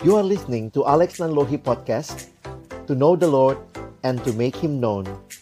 You are listening to Alex Nanlohi Podcast, to know the Lord and to make Him known.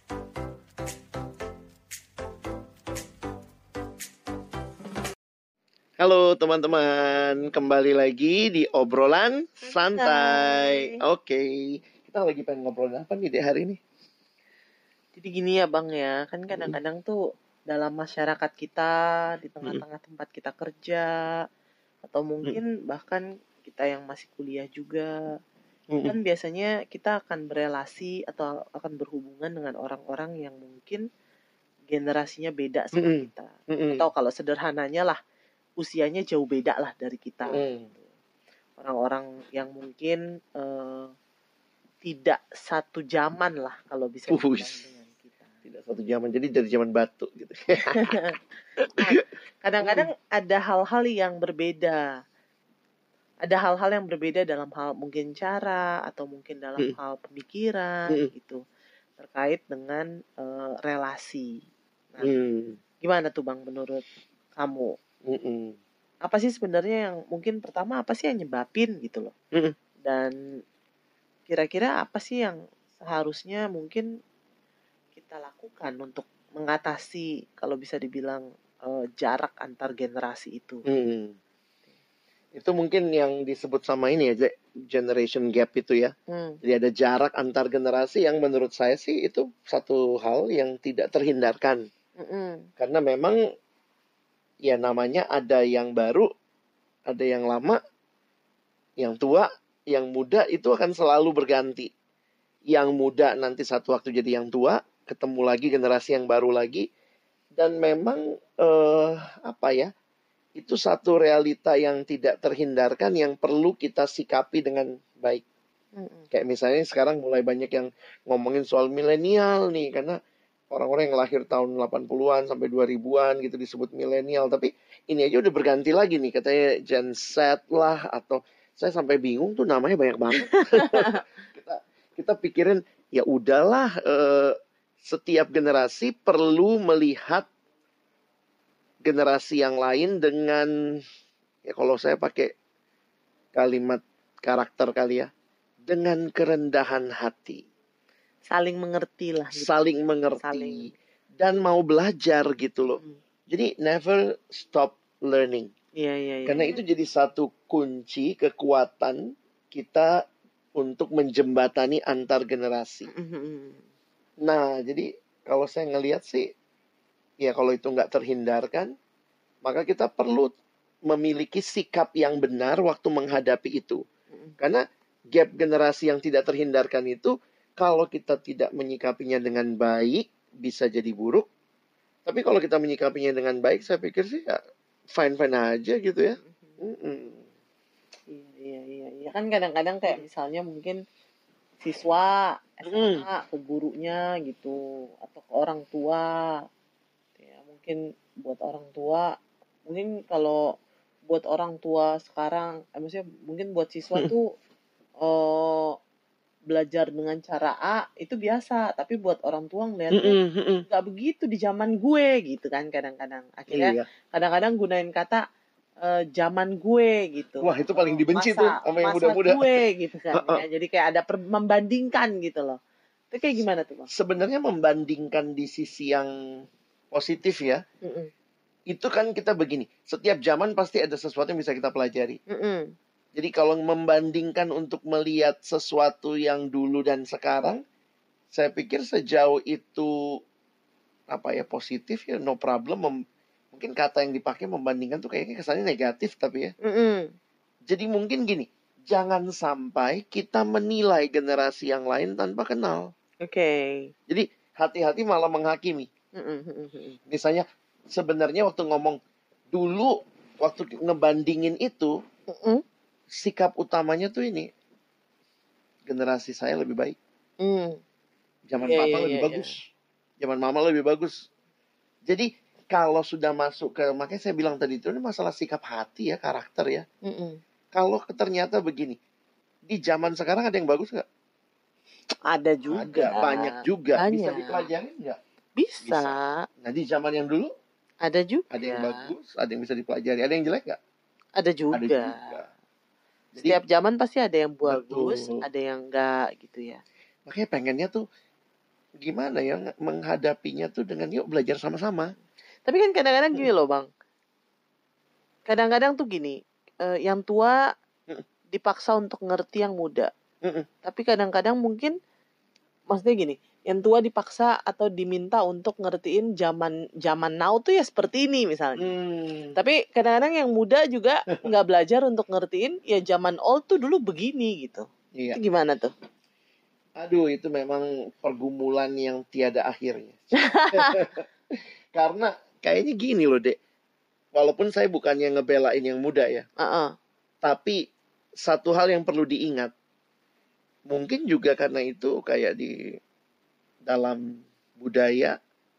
Halo teman-teman, kembali lagi di obrolan santai. Oke, kita lagi pengen ngobrolin apa nih di hari ini? Jadi gini ya Bang ya, kan kadang-kadang tuh dalam masyarakat kita, di tengah-tengah tempat kita kerja, atau mungkin bahkan kita yang masih kuliah juga, kan biasanya kita akan berelasi atau akan berhubungan dengan orang-orang yang mungkin generasinya beda sama kita. Atau kalau sederhananya lah, usianya jauh beda lah dari kita. Orang-orang yang mungkin tidak satu zaman lah kalau bisa dibilang dengan kita. Tidak satu zaman, jadi dari zaman batu gitu. Nah, kadang-kadang ada hal-hal yang berbeda. Ada hal-hal yang berbeda dalam hal mungkin cara atau mungkin dalam hal pemikiran gitu terkait dengan relasi. Nah, gimana tuh Bang menurut kamu? Apa sih sebenarnya yang mungkin pertama apa sih yang nyebabin gitu loh? Dan kira-kira apa sih yang seharusnya mungkin kita lakukan untuk mengatasi kalau bisa dibilang jarak antar generasi itu? Itu mungkin yang disebut sama ini ya, generation gap itu ya. Jadi ada jarak antar generasi yang menurut saya sih itu satu hal yang tidak terhindarkan. Karena memang ya namanya ada yang baru, ada yang lama, yang tua, yang muda itu akan selalu berganti. Yang muda nanti satu waktu jadi yang tua, ketemu lagi generasi yang baru lagi. Dan memang itu satu realita yang tidak terhindarkan yang perlu kita sikapi dengan baik. Kayak misalnya sekarang mulai banyak yang ngomongin soal milenial nih, karena orang-orang yang lahir tahun 80-an sampai 2000-an gitu disebut milenial. Tapi ini aja udah berganti lagi nih, katanya Gen Z lah, atau saya sampai bingung tuh namanya banyak banget. kita pikirin ya udahlah, setiap generasi perlu melihat generasi yang lain dengan, ya kalau saya pakai kalimat karakter kali ya, dengan kerendahan hati. Saling mengerti lah gitu. Saling mengerti dan mau belajar gitu loh. Jadi never stop learning. Iya. Karena itu jadi satu kunci kekuatan kita untuk menjembatani antar generasi. Nah, jadi kalau saya ngelihat sih, ya kalau itu nggak terhindarkan, maka kita perlu memiliki sikap yang benar waktu menghadapi itu. Karena gap generasi yang tidak terhindarkan itu, kalau kita tidak menyikapinya dengan baik, bisa jadi buruk. Tapi kalau kita menyikapinya dengan baik, saya pikir sih ya fine-fine aja gitu ya. Iya. Kan kadang-kadang kayak misalnya mungkin siswa SMA ke gurunya gitu, atau ke orang tua. Ya, mungkin buat orang tua, mungkin kalau buat orang tua sekarang, maksudnya mungkin buat siswa tuh belajar dengan cara A itu biasa, tapi buat orang tua ngeliatnya nggak begitu di zaman gue gitu kan kadang-kadang. Akhirnya kadang-kadang gunain kata zaman gue gitu. Wah, itu paling dibenci tuh sama yang muda-muda. Masa gue gitu kan. Ya, jadi kayak ada membandingkan gitu loh. Itu kayak gimana tuh Bang? Sebenarnya membandingkan di sisi yang positif ya. Itu kan kita begini, setiap zaman pasti ada sesuatu yang bisa kita pelajari. Jadi kalau membandingkan untuk melihat sesuatu yang dulu dan sekarang, saya pikir sejauh itu positif ya, no problem. Mungkin kata yang dipakai membandingkan tuh kayaknya kesannya negatif tapi ya. Jadi mungkin gini, jangan sampai kita menilai generasi yang lain tanpa kenal. Jadi hati-hati malah menghakimi. Misalnya sebenarnya waktu ngomong dulu, waktu ngebandingin itu, sikap utamanya tuh ini, generasi saya lebih baik. Zaman papa lebih bagus. Zaman mama lebih bagus. Jadi kalau sudah masuk ke, makanya saya bilang tadi itu ini masalah sikap hati ya, karakter ya. Kalau ternyata begini, di zaman sekarang ada yang bagus nggak? Ada juga. Ada, banyak juga. Banyak. Bisa dipelajari nggak? Bisa. Nah di zaman yang dulu ada juga. Ada yang bagus, ada yang bisa dipelajari. Ada yang jelek nggak? Ada juga. Ada juga. Jadi, setiap zaman pasti ada yang bagus, betul. ada yang enggak gitu ya. Makanya pengennya tuh gimana ya menghadapinya tuh dengan yuk belajar sama-sama. Tapi kan kadang-kadang gini loh Bang. Kadang-kadang tuh gini, yang tua dipaksa untuk ngerti yang muda. Tapi kadang-kadang mungkin maksudnya gini, yang tua dipaksa atau diminta untuk ngertiin zaman now tuh ya seperti ini misalnya. Tapi kadang-kadang yang muda juga nggak belajar untuk ngertiin ya zaman old tuh dulu begini gitu. Iya. Itu gimana tuh? Aduh, itu memang pergumulan yang tiada akhirnya. Karena kayaknya gini loh, Dek. Walaupun saya bukannya ngebelain yang muda ya. Tapi satu hal yang perlu diingat. Mungkin juga karena itu kayak di dalam budaya,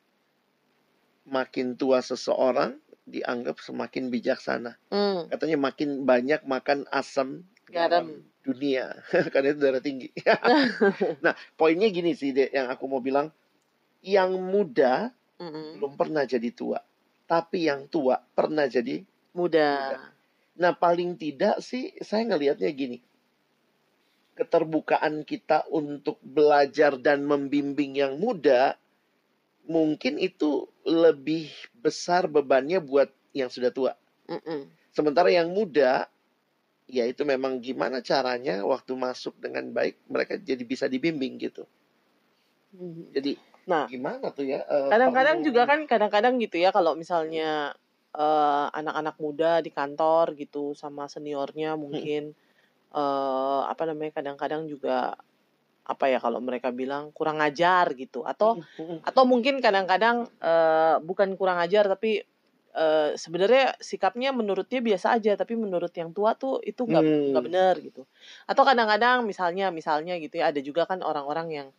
makin tua seseorang dianggap semakin bijaksana. Katanya makin banyak makan asam garam dunia. Karena itu darah tinggi. Nah, poinnya gini sih, Dek, yang aku mau bilang. Yang muda belum pernah jadi tua. Tapi yang tua pernah jadi muda. Nah, paling tidak sih saya ngelihatnya gini. Keterbukaan kita untuk belajar dan membimbing yang muda, mungkin itu lebih besar bebannya buat yang sudah tua. Sementara yang muda, ya itu memang gimana caranya waktu masuk dengan baik, mereka jadi bisa dibimbing gitu. Jadi, gimana tuh ya? Kadang-kadang juga kan, kadang-kadang gitu ya, kalau misalnya anak-anak muda di kantor gitu sama seniornya mungkin kadang-kadang juga apa ya kalau mereka bilang kurang ajar gitu, atau mungkin kadang-kadang bukan kurang ajar tapi sebenarnya sikapnya menurut dia biasa aja tapi menurut yang tua tuh itu nggak benar gitu. Atau kadang-kadang misalnya gitu ya, ada juga kan orang-orang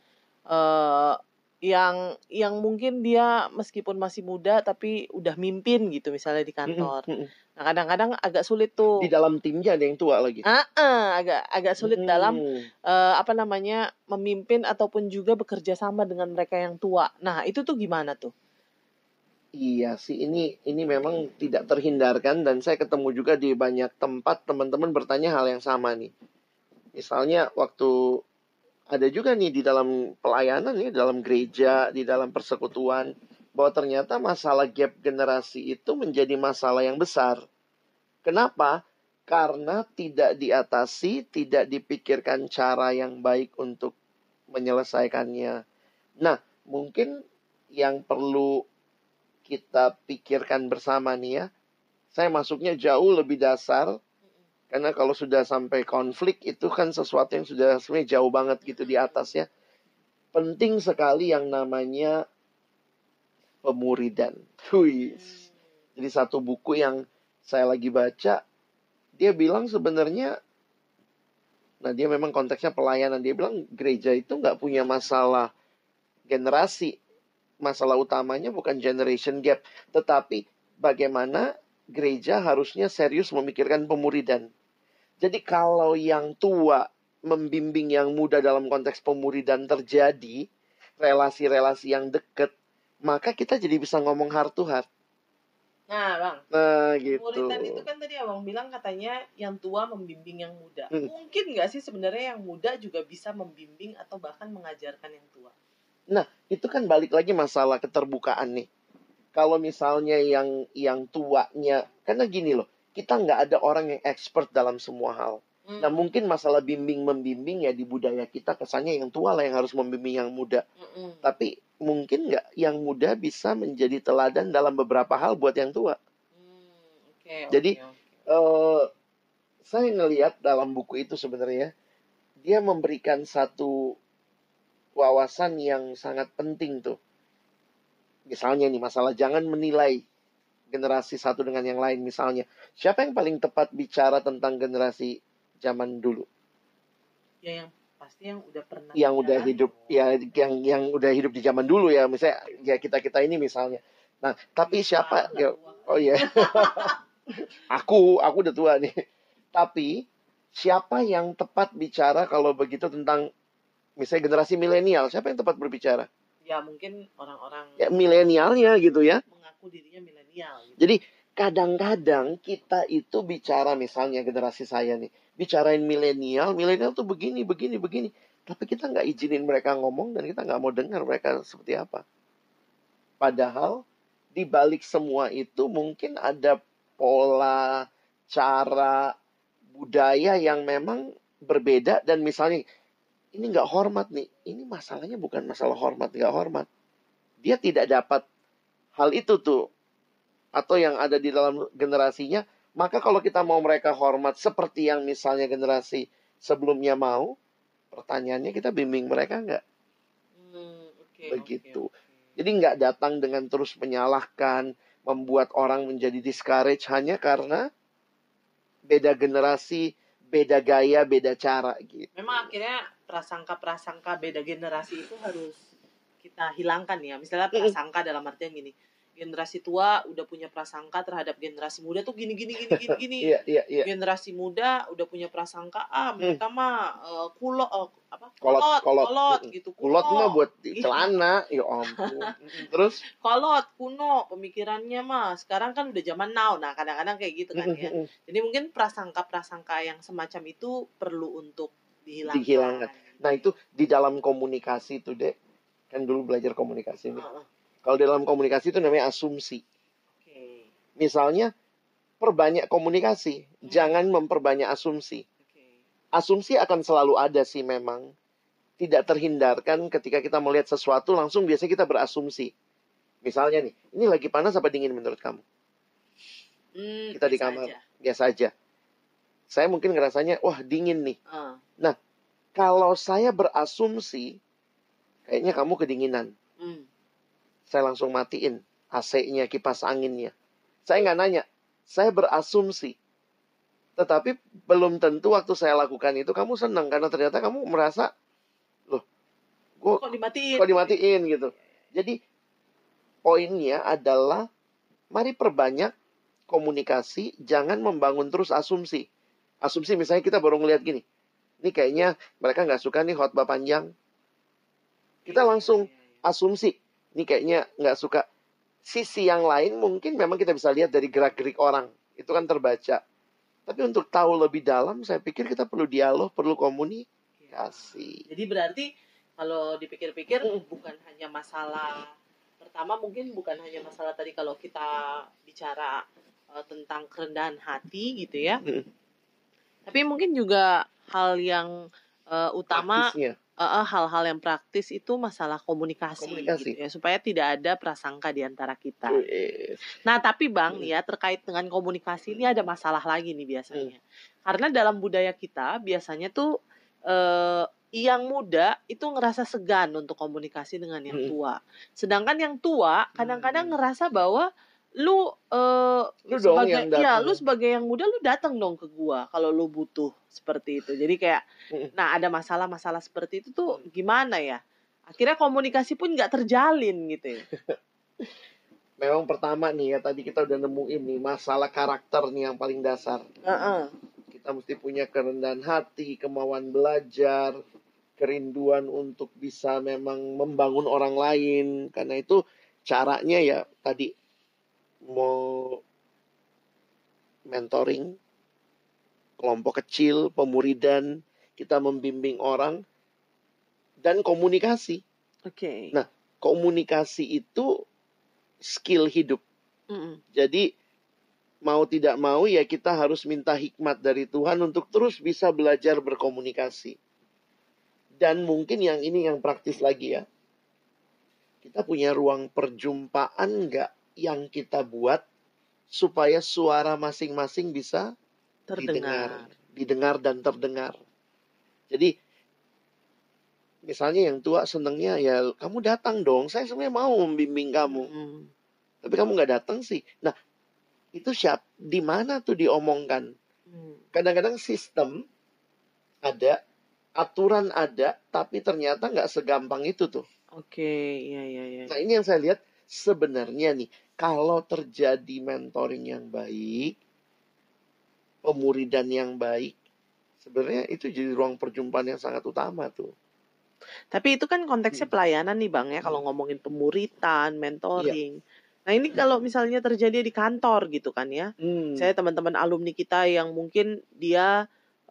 yang mungkin dia meskipun masih muda tapi udah mimpin gitu misalnya di kantor. Nah, kadang-kadang agak sulit tuh. Di dalam timnya ada yang tua lagi. Agak sulit dalam memimpin ataupun juga bekerja sama dengan mereka yang tua. Nah, itu tuh gimana tuh? Iya sih, ini memang tidak terhindarkan, dan saya ketemu juga di banyak tempat teman-teman bertanya hal yang sama nih. Misalnya waktu ada juga nih di dalam pelayanan nih, dalam gereja, di dalam persekutuan, bahwa ternyata masalah gap generasi itu menjadi masalah yang besar. Kenapa? Karena tidak diatasi, tidak dipikirkan cara yang baik untuk menyelesaikannya. Nah, mungkin yang perlu kita pikirkan bersama nih ya, saya masuknya jauh lebih dasar. Karena kalau sudah sampai konflik itu kan sesuatu yang sudah sebenarnya jauh banget gitu di atas ya. Penting sekali yang namanya pemuridan. Jadi satu buku yang saya lagi baca, dia bilang sebenarnya, nah dia memang konteksnya pelayanan. Dia bilang gereja itu nggak punya masalah generasi. Masalah utamanya bukan generation gap. Tetapi bagaimana gereja harusnya serius memikirkan pemuridan. Jadi kalau yang tua membimbing yang muda dalam konteks pemuridan terjadi, relasi-relasi yang dekat, maka kita jadi bisa ngomong heart to heart. Nah, Bang. Nah, gitu. Pemuridan itu kan tadi Abang bilang katanya yang tua membimbing yang muda. Mungkin nggak sih sebenarnya yang muda juga bisa membimbing atau bahkan mengajarkan yang tua? Nah, itu kan balik lagi masalah keterbukaan nih. Kalau misalnya yang tuanya, karena gini loh, kita nggak ada orang yang expert dalam semua hal. Nah, mungkin masalah bimbing-membimbing ya di budaya kita kesannya yang tua lah yang harus membimbing yang muda. Tapi mungkin nggak yang muda bisa menjadi teladan dalam beberapa hal buat yang tua. Jadi, saya ngelihat dalam buku itu sebenarnya, dia memberikan satu wawasan yang sangat penting tuh. Misalnya nih, masalah jangan menilai generasi satu dengan yang lain. Misalnya, siapa yang paling tepat bicara tentang generasi zaman dulu? Ya, yang pasti yang udah pernah. Yang udah hidup, ya yang udah hidup di zaman dulu ya. Misalnya, ya kita ini misalnya. Nah, tapi siapa? Ya, oh iya. Aku udah tua nih. Tapi, siapa yang tepat bicara kalau begitu tentang misalnya generasi milenial? Siapa yang tepat berbicara? Ya mungkin orang-orang ya milenialnya gitu ya, mengaku dirinya milenial gitu. Jadi kadang-kadang kita itu bicara, misalnya generasi saya nih, bicarain milenial tuh begini. Tapi kita nggak izinin mereka ngomong dan kita nggak mau dengar mereka seperti apa. Padahal di balik semua itu mungkin ada pola, cara, budaya yang memang berbeda. Dan misalnya ini nggak hormat nih. Ini masalahnya bukan masalah hormat, nggak hormat. Dia tidak dapat hal itu tuh. Atau yang ada di dalam generasinya. Maka kalau kita mau mereka hormat seperti yang misalnya generasi sebelumnya mau, pertanyaannya kita bimbing mereka nggak? Begitu. Jadi nggak datang dengan terus menyalahkan, membuat orang menjadi discourage hanya karena beda generasi, beda gaya, beda cara gitu. Memang akhirnya prasangka beda generasi itu harus kita hilangkan ya. Misalnya prasangka dalam artian gini, generasi tua udah punya prasangka terhadap generasi muda tuh gini. Iya. Generasi muda udah punya prasangka mereka mah kolot gitu. Kulot mah buat celana, ya ampun. Terus kolot, kuno, pemikirannya mah sekarang kan udah zaman now. Nah, kadang-kadang kayak gitu kan ya. Jadi mungkin prasangka yang semacam itu perlu untuk dihilangkan. Nah, itu di dalam komunikasi tuh, Dek. Kan dulu belajar komunikasi nih. Kalau dalam komunikasi itu namanya asumsi. Misalnya, perbanyak komunikasi, jangan memperbanyak asumsi. Asumsi akan selalu ada sih memang. Tidak terhindarkan ketika kita melihat sesuatu, langsung biasanya kita berasumsi. Misalnya nih, ini lagi panas apa dingin menurut kamu? Kita di kamar, biasa aja. Saya mungkin ngerasanya, wah dingin nih. Nah, kalau saya berasumsi, kayaknya kamu kedinginan. Saya langsung matiin AC-nya, kipas anginnya. Saya nggak nanya, saya berasumsi. Tetapi belum tentu waktu saya lakukan itu kamu senang. Karena ternyata kamu merasa, loh, kok dimatiin gitu. Jadi poinnya adalah, mari perbanyak komunikasi, jangan membangun terus asumsi. Asumsi misalnya kita baru ngeliat gini, ini kayaknya mereka nggak suka nih khotbah panjang. Kita langsung asumsi, ini kayaknya nggak suka. Sisi yang lain mungkin memang kita bisa lihat dari gerak-gerik orang. Itu kan terbaca. Tapi untuk tahu lebih dalam, saya pikir kita perlu dialog, perlu komunikasi. Jadi berarti kalau dipikir-pikir bukan hanya masalah, pertama mungkin bukan hanya masalah tadi kalau kita bicara tentang kerendahan hati gitu ya. Tapi mungkin juga hal yang utama, hal-hal yang praktis itu masalah komunikasi. Gitu ya, supaya tidak ada prasangka di antara kita. Nah, tapi Bang, ya terkait dengan komunikasi ini ada masalah lagi nih biasanya. Karena dalam budaya kita biasanya tuh yang muda itu ngerasa segan untuk komunikasi dengan yang tua. Sedangkan yang tua kadang-kadang ngerasa bahwa lu sebagai yang muda lu datang dong ke gua kalau lu butuh seperti itu. Jadi kayak nah ada masalah-masalah seperti itu tuh gimana ya? Akhirnya komunikasi pun nggak terjalin gitu ya. Memang pertama nih ya, tadi kita udah nemuin nih masalah karakter nih yang paling dasar. Kita mesti punya kerendahan hati, kemauan belajar, kerinduan untuk bisa memang membangun orang lain. Karena itu caranya ya tadi mau mentoring, kelompok kecil, pemuridan, kita membimbing orang, dan komunikasi. Nah, komunikasi itu skill hidup. Jadi, mau tidak mau ya kita harus minta hikmat dari Tuhan untuk terus bisa belajar berkomunikasi. Dan mungkin yang ini yang praktis lagi ya. Kita punya ruang perjumpaan nggak yang kita buat supaya suara masing-masing bisa didengar dan terdengar. Jadi misalnya yang tua senengnya ya kamu datang dong, saya sebenarnya mau membimbing kamu, tapi kamu nggak datang sih. Nah itu di mana tuh diomongkan? Kadang-kadang sistem ada, aturan ada, tapi ternyata nggak segampang itu tuh. Iya. Nah ini yang saya lihat. Sebenarnya nih, kalau terjadi mentoring yang baik, pemuridan yang baik, sebenarnya itu jadi ruang perjumpaan yang sangat utama tuh. Tapi itu kan konteksnya pelayanan nih Bang ya, kalau ngomongin pemuritan, mentoring. Nah ini kalau misalnya terjadi di kantor gitu kan ya, saya teman-teman alumni kita yang mungkin dia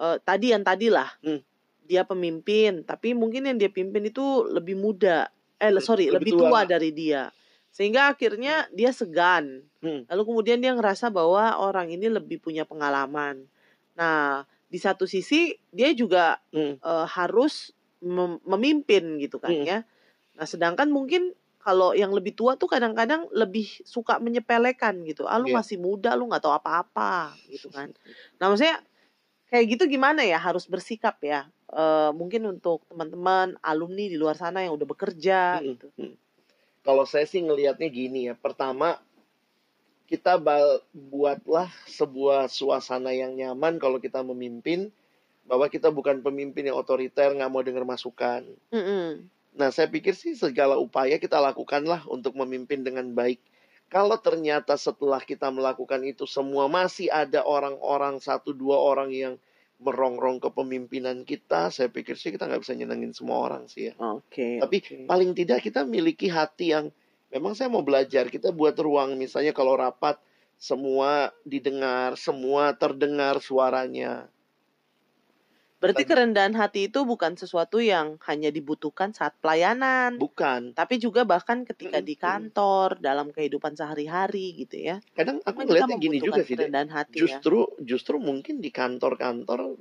tadilah. Dia pemimpin, tapi mungkin yang dia pimpin itu lebih muda. Lebih tua dari dia. Sehingga akhirnya dia segan. Lalu kemudian dia ngerasa bahwa orang ini lebih punya pengalaman. Nah, di satu sisi dia juga harus memimpin gitu kan ya. Nah, sedangkan mungkin kalau yang lebih tua tuh kadang-kadang lebih suka menyepelekan gitu. Lu masih muda, lu nggak tahu apa-apa gitu kan. Nah, maksudnya kayak gitu gimana ya harus bersikap ya. Mungkin untuk teman-teman alumni di luar sana yang udah bekerja gitu. Kalau saya sih ngelihatnya gini ya. Pertama, kita buatlah sebuah suasana yang nyaman kalau kita memimpin, bahwa kita bukan pemimpin yang otoriter, nggak mau dengar masukan. Nah, saya pikir sih segala upaya kita lakukanlah untuk memimpin dengan baik. Kalau ternyata setelah kita melakukan itu semua masih ada orang-orang, 1-2 orang yang merongrong kepemimpinan kita, saya pikir sih kita nggak bisa nyenengin semua orang sih ya. Tapi paling tidak kita miliki hati yang memang saya mau belajar. Kita buat ruang, misalnya kalau rapat semua didengar, semua terdengar suaranya. Berarti kerendahan hati itu bukan sesuatu yang hanya dibutuhkan saat pelayanan. Bukan. Tapi juga bahkan ketika di kantor, dalam kehidupan sehari-hari gitu ya. Kadang aku ngeliatnya gini juga sih, hati, justru mungkin di kantor-kantor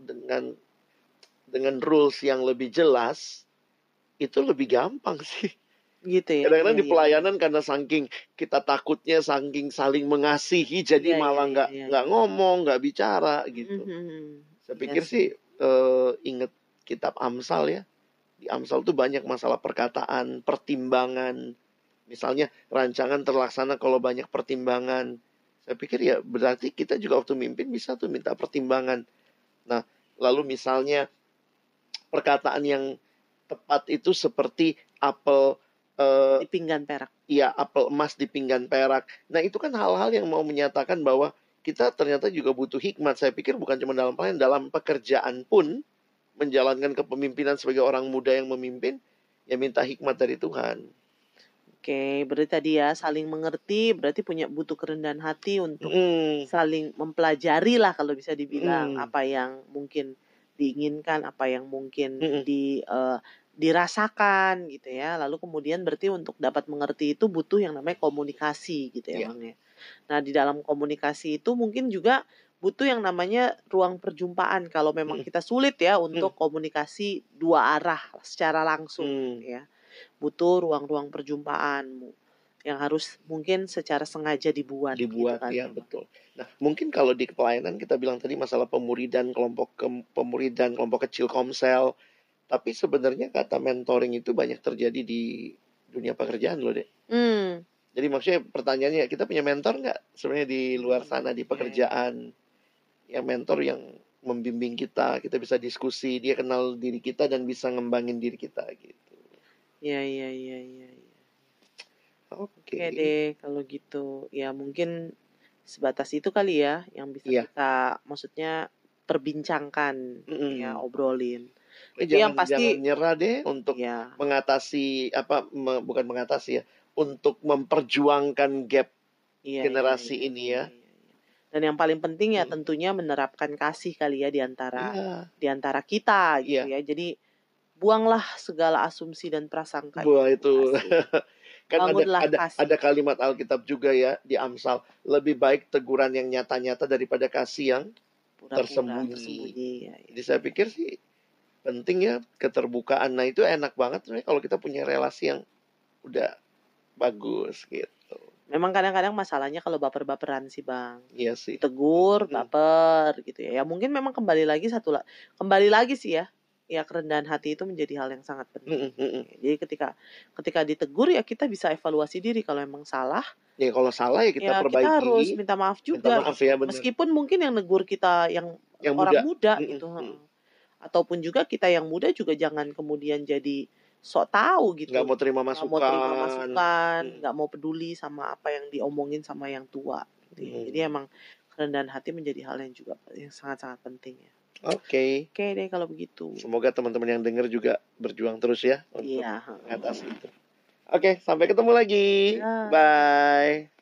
dengan rules yang lebih jelas, itu lebih gampang sih. Gitu ya. Kadang-kadang di pelayanan karena saking kita takutnya, saking saling mengasihi, jadi malah nggak ngomong, nggak bicara gitu. Saya pikir sih ingat kitab Amsal ya. Di Amsal tuh banyak masalah perkataan, pertimbangan. Misalnya rancangan terlaksana kalau banyak pertimbangan. Saya pikir ya berarti kita juga waktu mimpin bisa tuh minta pertimbangan. Nah, lalu misalnya perkataan yang tepat itu seperti apel di pinggan perak. Iya, apel emas di pinggan perak. Nah, itu kan hal-hal yang mau menyatakan bahwa kita ternyata juga butuh hikmat. Saya pikir bukan cuma dalam pelayanan, dalam pekerjaan pun menjalankan kepemimpinan sebagai orang muda yang memimpin, ya minta hikmat dari Tuhan. Oke, berarti tadi ya saling mengerti, berarti butuh kerendahan hati untuk saling mempelajari lah kalau bisa dibilang apa yang mungkin diinginkan, apa yang mungkin dirasakan gitu ya. Lalu kemudian berarti untuk dapat mengerti itu butuh yang namanya komunikasi gitu ya Bang ya. Nah, di dalam komunikasi itu mungkin juga butuh yang namanya ruang perjumpaan kalau memang kita sulit ya untuk komunikasi dua arah secara langsung ya. Butuh ruang-ruang perjumpaan yang harus mungkin secara sengaja dibuat gitu kan. Ya, betul. Nah, mungkin kalau di pelayanan kita bilang tadi masalah pemuridan kelompok kecil komsel, tapi sebenarnya kata mentoring itu banyak terjadi di dunia pekerjaan loh, Dek. Jadi maksudnya pertanyaannya, kita punya mentor nggak sebenarnya di luar sana di pekerjaan? Yang mentor yang membimbing kita bisa diskusi, dia kenal diri kita dan bisa ngembangin diri kita gitu. Iya. Oke deh, kalau gitu. Ya mungkin sebatas itu kali ya yang bisa kita maksudnya perbincangkan ya, obrolin. Jangan nyerah deh untuk mengatasi bukan mengatasi ya, untuk memperjuangkan gap generasi ini ya. Dan yang paling penting ya tentunya menerapkan kasih kali ya di antara kita gitu ya. Jadi buanglah segala asumsi dan prasangka. Itu. Kan ada kalimat Alkitab juga ya di Amsal, lebih baik teguran yang nyata-nyata daripada kasih yang tersembunyi. Jadi saya pikir sih penting ya keterbukaan. Nah, itu enak banget sebenarnya kalau kita punya relasi yang udah bagus gitu. Memang kadang-kadang masalahnya kalau baper-baperan sih Bang. Iya sih. Tegur, baper gitu ya. Ya mungkin memang kembali lagi sih ya. Ya kerendahan hati itu menjadi hal yang sangat penting. Jadi ketika ditegur ya kita bisa evaluasi diri kalau memang salah. Ya kalau salah ya kita perbaiki. Kita harus minta maaf juga. Meskipun mungkin yang negur kita yang orang muda gitu. Ataupun juga kita yang muda juga jangan kemudian jadi sok tahu gitu. Nggak mau terima masukan. Nggak mau peduli sama apa yang diomongin sama yang tua. Gitu. Jadi emang kerendahan hati menjadi hal yang juga yang sangat-sangat penting ya. Oke deh kalau begitu. Semoga teman-teman yang dengar juga berjuang terus ya untuk mengatasi itu. Oke, sampai ketemu lagi. Bye.